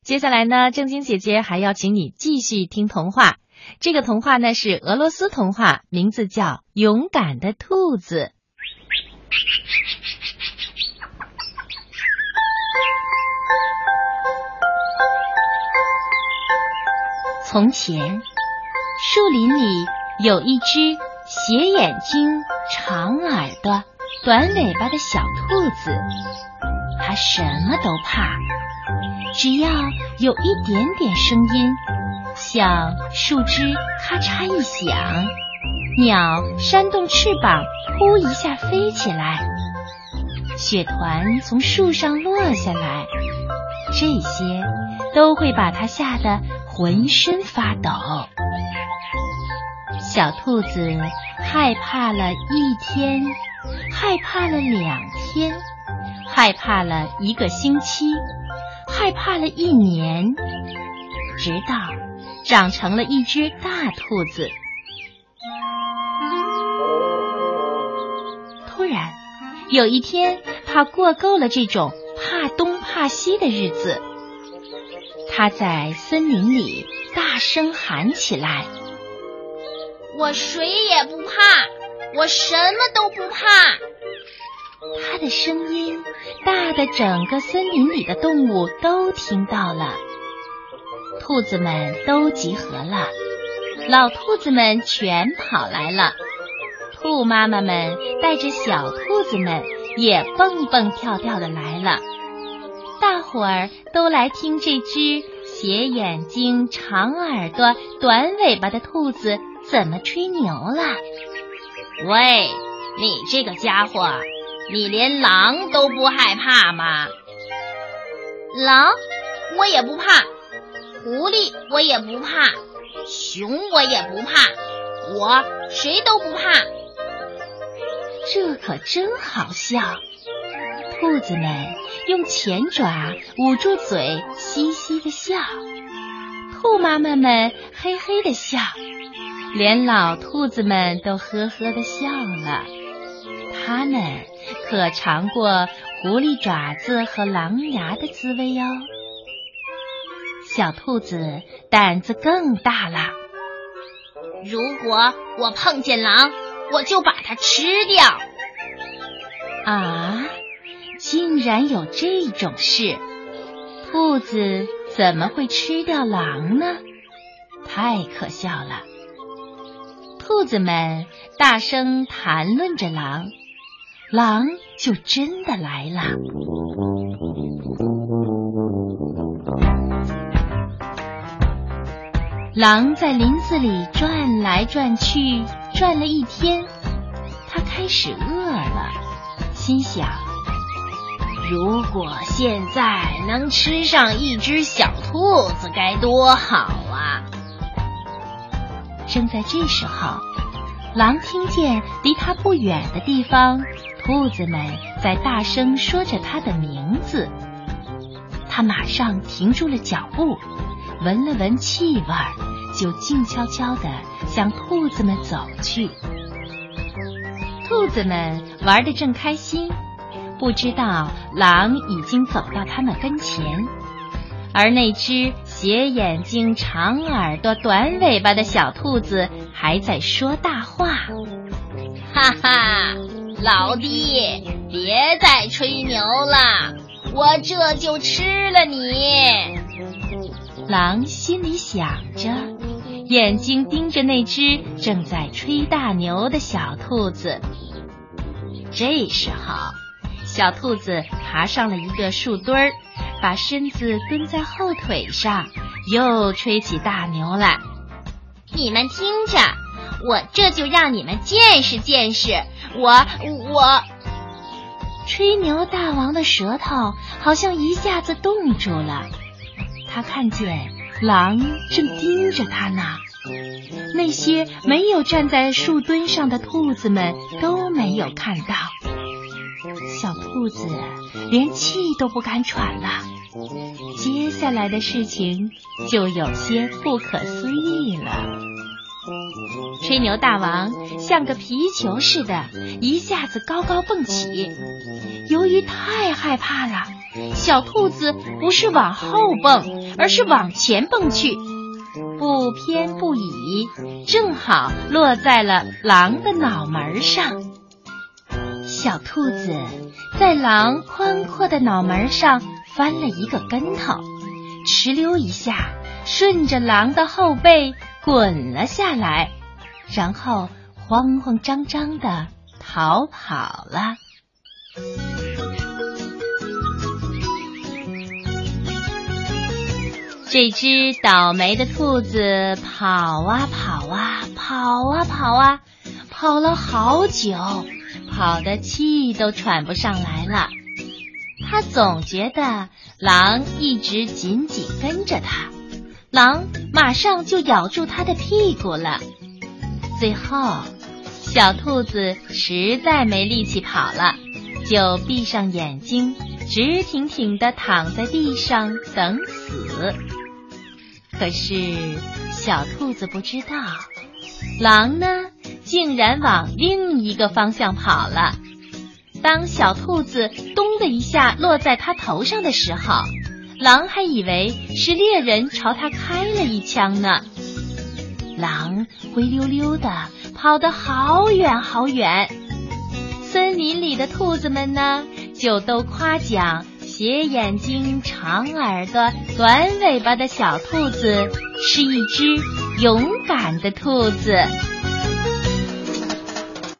接下来呢，正经姐姐还要请你继续听童话。这个童话呢是俄罗斯童话，名字叫《勇敢的兔子》。从前，树林里有一只斜眼睛、长耳朵、短尾巴的小兔子，它什么都怕，只要有一点点声音，像树枝咔嚓一响，鸟扇动翅膀扑一下飞起来，雪团从树上落下来，这些都会把它吓得浑身发抖。小兔子害怕了一天，害怕了2天，害怕了1个星期，害怕了1年，直到长成了一只大兔子。突然有一天，它过够了这种怕东怕西的日子，它在森林里大声喊起来： 我谁也不怕，我什么都不怕。 它的声音大得整个森林里的动物都听到了。兔子们都集合了，老兔子们全跑来了，兔妈妈们带着小兔子们也蹦蹦跳跳的来了。大伙儿都来听这只斜眼睛、长耳朵、短尾巴的兔子怎么吹牛了。 喂，你这个家伙，你连狼都不害怕吗？狼我也不怕，狐狸我也不怕，熊我也不怕，我谁都不怕。 这可真好笑。兔子们用前爪捂住嘴，嘻嘻地笑，兔妈妈们嘿嘿地笑，连老兔子们都呵呵地笑了。它们可尝过狐狸爪子和狼牙的滋味哟。小兔子胆子更大了， 如果我碰见狼，我就把它吃掉。 啊，竟然有这种事！兔子怎么会吃掉狼呢？太可笑了！兔子们大声谈论着狼，狼就真的来了。狼在林子里转来转去，转了一天，它开始饿了，心想： 如果现在能吃上一只小兔子该多好啊！ 正在这时候，狼听见离它不远的地方，兔子们在大声说着它的名字。它马上停住了脚步，闻了闻气味，就静悄悄地向兔子们走去。兔子们玩得正开心，不知道狼已经走到他们跟前，而那只斜眼睛、长耳朵、短尾巴的小兔子还在说大话。 哈哈，老弟，别再吹牛了，我这就吃了你。 狼心里想着，眼睛盯着那只正在吹大牛的小兔子。这时候，小兔子爬上了一个树墩儿，把身子蹲在后腿上，又吹起大牛来。 你们听着，我这就让你们见识见识，我吹牛大王的舌头好像一下子冻住了，他看见狼正盯着他呢。那些没有站在树墩上的兔子们都没有看到。小兔子连气都不敢喘了，接下来的事情就有些不可思议了。吹牛大王像个皮球似的，一下子高高蹦起。由于太害怕了， 小兔子不是往后蹦，而是往前蹦去，不偏不倚，正好落在了狼的脑门上。小兔子在狼宽阔的脑门上翻了一个跟头，哧溜一下顺着狼的后背滚了下来，然后慌慌张张地逃跑了。这只倒霉的兔子跑啊跑啊跑啊跑啊，跑了好久，跑得气都喘不上来了。它总觉得狼一直紧紧跟着它，狼马上就咬住它的屁股了。最后小兔子实在没力气跑了，就闭上眼睛，直挺挺地躺在地上等死。可是小兔子不知道，狼呢竟然往另一个方向跑了。当小兔子咚的一下落在它头上的时候，狼还以为是猎人朝它开了一枪呢。狼灰溜溜的跑得好远好远，森林里的兔子们呢就都夸奖斜眼睛、长耳朵、短尾巴的小兔子是一只勇敢的兔子。